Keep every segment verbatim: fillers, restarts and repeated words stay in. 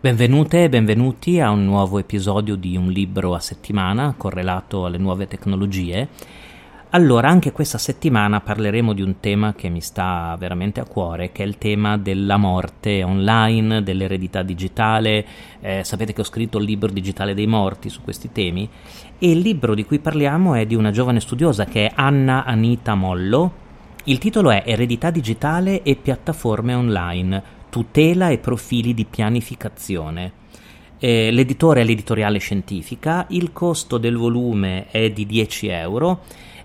Benvenute e benvenuti a un nuovo episodio di Un libro a settimana correlato alle nuove tecnologie. Allora, anche questa settimana parleremo di un tema che mi sta veramente a cuore, che è il tema della morte online, dell'eredità digitale. Eh, sapete che ho scritto il libro digitale dei morti su questi temi, e il libro di cui parliamo è di una giovane studiosa che è Anna Anita Mollo. Il titolo è Eredità digitale e piattaforme online, tutela e profili di pianificazione. Eh, l'editore è l'Editoriale Scientifica, il costo del volume è di dieci euro,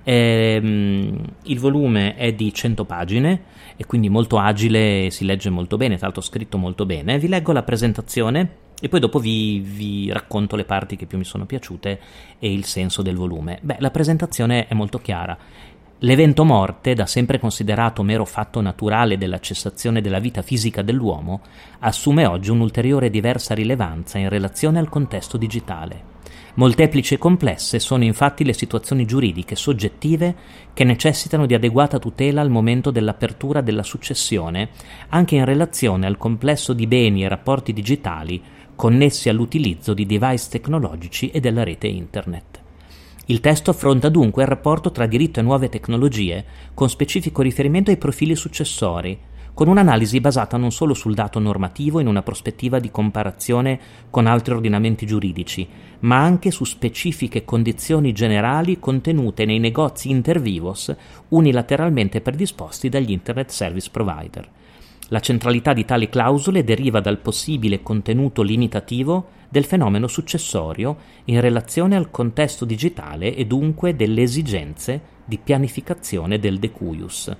ehm, il volume è di cento pagine e quindi molto agile e si legge molto bene, tra l'altro scritto molto bene. Vi leggo la presentazione e poi dopo vi, vi racconto le parti che più mi sono piaciute e il senso del volume. Beh, la presentazione è molto chiara. L'evento morte, da sempre considerato mero fatto naturale della cessazione della vita fisica dell'uomo, assume oggi un'ulteriore e diversa rilevanza in relazione al contesto digitale. Molteplici e complesse sono infatti le situazioni giuridiche soggettive che necessitano di adeguata tutela al momento dell'apertura della successione, anche in relazione al complesso di beni e rapporti digitali connessi all'utilizzo di device tecnologici e della rete internet. Il testo affronta dunque il rapporto tra diritto e nuove tecnologie, con specifico riferimento ai profili successori, con un'analisi basata non solo sul dato normativo in una prospettiva di comparazione con altri ordinamenti giuridici, ma anche su specifiche condizioni generali contenute nei negozi inter vivos unilateralmente predisposti dagli Internet Service Provider. La centralità di tali clausole deriva dal possibile contenuto limitativo del fenomeno successorio in relazione al contesto digitale e dunque delle esigenze di pianificazione del decuius.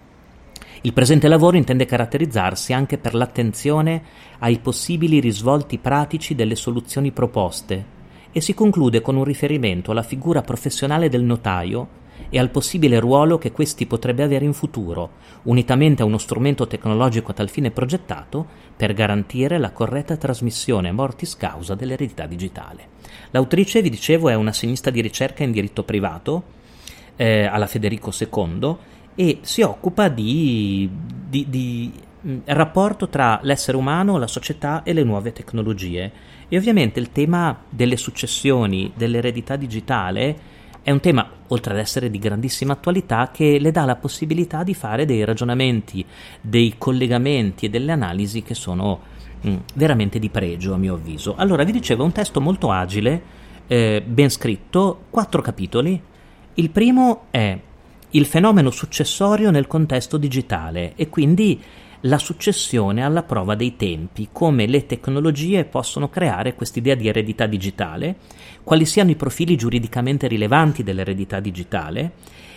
Il presente lavoro intende caratterizzarsi anche per l'attenzione ai possibili risvolti pratici delle soluzioni proposte e si conclude con un riferimento alla figura professionale del notaio e al possibile ruolo che questi potrebbe avere in futuro, unitamente a uno strumento tecnologico a tal fine progettato per garantire la corretta trasmissione mortis causa dell'eredità digitale. L'autrice, vi dicevo, è una assegnista di ricerca in diritto privato eh, alla Federico secondo e si occupa di, di, di mh, rapporto tra l'essere umano, la società e le nuove tecnologie. E ovviamente il tema delle successioni, dell'eredità digitale, è un tema, oltre ad essere di grandissima attualità, che le dà la possibilità di fare dei ragionamenti, dei collegamenti e delle analisi che sono mh, veramente di pregio, a mio avviso. Allora, vi dicevo, è un testo molto agile, eh, ben scritto, quattro capitoli. Il primo è il fenomeno successorio nel contesto digitale e quindi la successione alla prova dei tempi, come le tecnologie possono creare quest'idea di eredità digitale, quali siano i profili giuridicamente rilevanti dell'eredità digitale,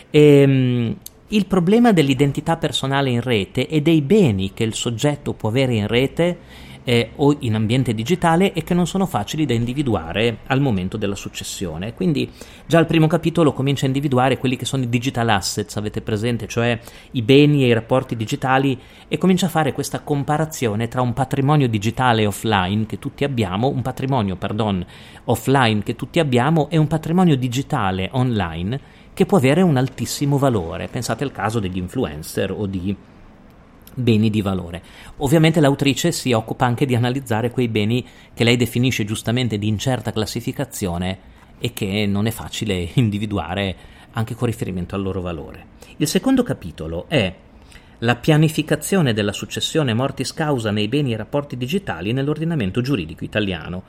ehm, il problema dell'identità personale in rete e dei beni che il soggetto può avere in rete eh, o in ambiente digitale e che non sono facili da individuare al momento della successione. Quindi già il primo capitolo comincia a individuare quelli che sono i digital assets, avete presente, cioè i beni e i rapporti digitali, e comincia a fare questa comparazione tra un patrimonio digitale offline che tutti abbiamo, un patrimonio, pardon, offline che tutti abbiamo e un patrimonio digitale online che può avere un altissimo valore. Pensate al caso degli influencer o di beni di valore. Ovviamente l'autrice si occupa anche di analizzare quei beni che lei definisce giustamente di incerta classificazione e che non è facile individuare anche con riferimento al loro valore. Il secondo capitolo è la pianificazione della successione mortis causa nei beni e rapporti digitali nell'ordinamento giuridico italiano.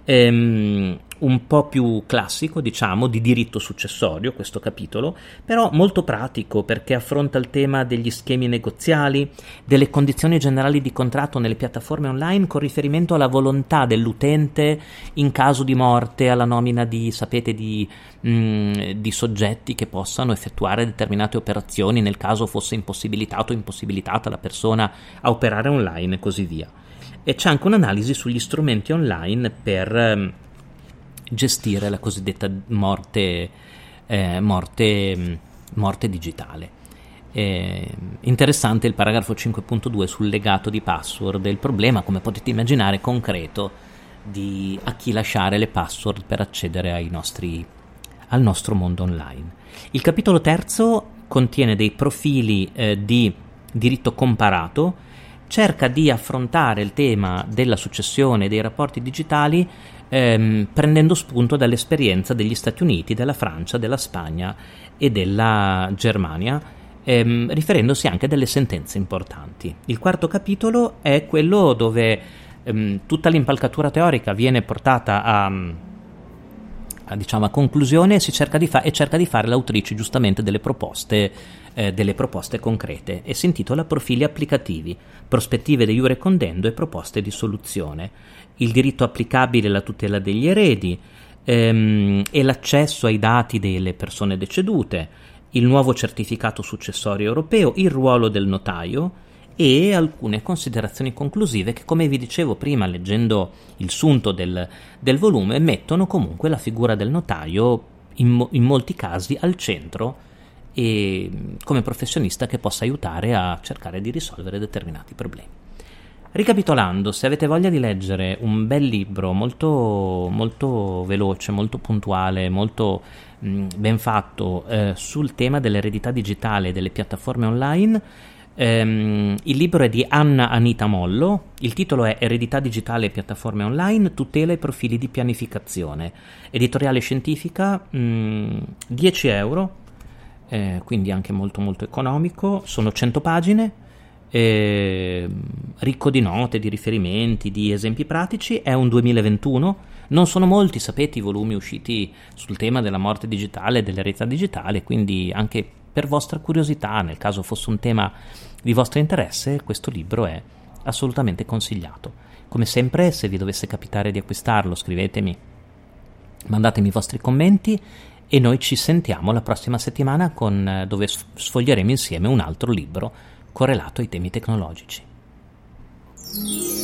Ehm, un po' più classico, diciamo, di diritto successorio questo capitolo, però molto pratico perché affronta il tema degli schemi negoziali, delle condizioni generali di contratto nelle piattaforme online con riferimento alla volontà dell'utente in caso di morte, alla nomina di, sapete, di, mh, di soggetti che possano effettuare determinate operazioni nel caso fosse impossibilitato o impossibilitata la persona a operare online e così via. E c'è anche un'analisi sugli strumenti online per eh, gestire la cosiddetta morte, eh, morte, morte digitale. Eh, interessante il paragrafo cinque punto due sul legato di password, il problema, come potete immaginare, concreto di a chi lasciare le password per accedere ai nostri, al nostro mondo online. Il capitolo terzo contiene dei profili eh, di diritto comparato. cerca di affrontare il tema della successione dei rapporti digitali ehm, prendendo spunto dall'esperienza degli Stati Uniti, della Francia, della Spagna e della Germania, ehm, riferendosi anche a delle sentenze importanti. Il quarto capitolo è quello dove ehm, tutta l'impalcatura teorica viene portata a, a, diciamo, a conclusione e, si cerca di fa- e cerca di fare l'autrice giustamente delle proposte, eh, delle proposte concrete, e si intitola Profili applicativi, prospettive de iure condendo e proposte di soluzione. Il diritto applicabile alla tutela degli eredi ehm, e l'accesso ai dati delle persone decedute, il nuovo certificato successorio europeo, il ruolo del notaio e alcune considerazioni conclusive che, come vi dicevo prima leggendo il sunto del, del volume, mettono comunque la figura del notaio in, mo- in molti casi al centro e come professionista che possa aiutare a cercare di risolvere determinati problemi. Ricapitolando, se avete voglia di leggere un bel libro molto, molto veloce, molto puntuale, molto mh, ben fatto eh, sul tema dell'eredità digitale e delle piattaforme online, ehm, il libro è di Anna Anita Mollo, il titolo è Eredità digitale e piattaforme online, tutela e profili di pianificazione, editoriale scientifica, mh, dieci euro, eh, quindi anche molto molto economico, sono cento pagine. Eh, ricco di note, di riferimenti, di esempi pratici. È un duemilaventuno, non sono molti, sapete, i volumi usciti sul tema della morte digitale e dell'eredità digitale, quindi anche per vostra curiosità, nel caso fosse un tema di vostro interesse, questo libro è assolutamente consigliato. Come sempre, se vi dovesse capitare di acquistarlo, scrivetemi, mandatemi i vostri commenti e noi ci sentiamo la prossima settimana con, dove sfoglieremo insieme un altro libro correlato ai temi tecnologici.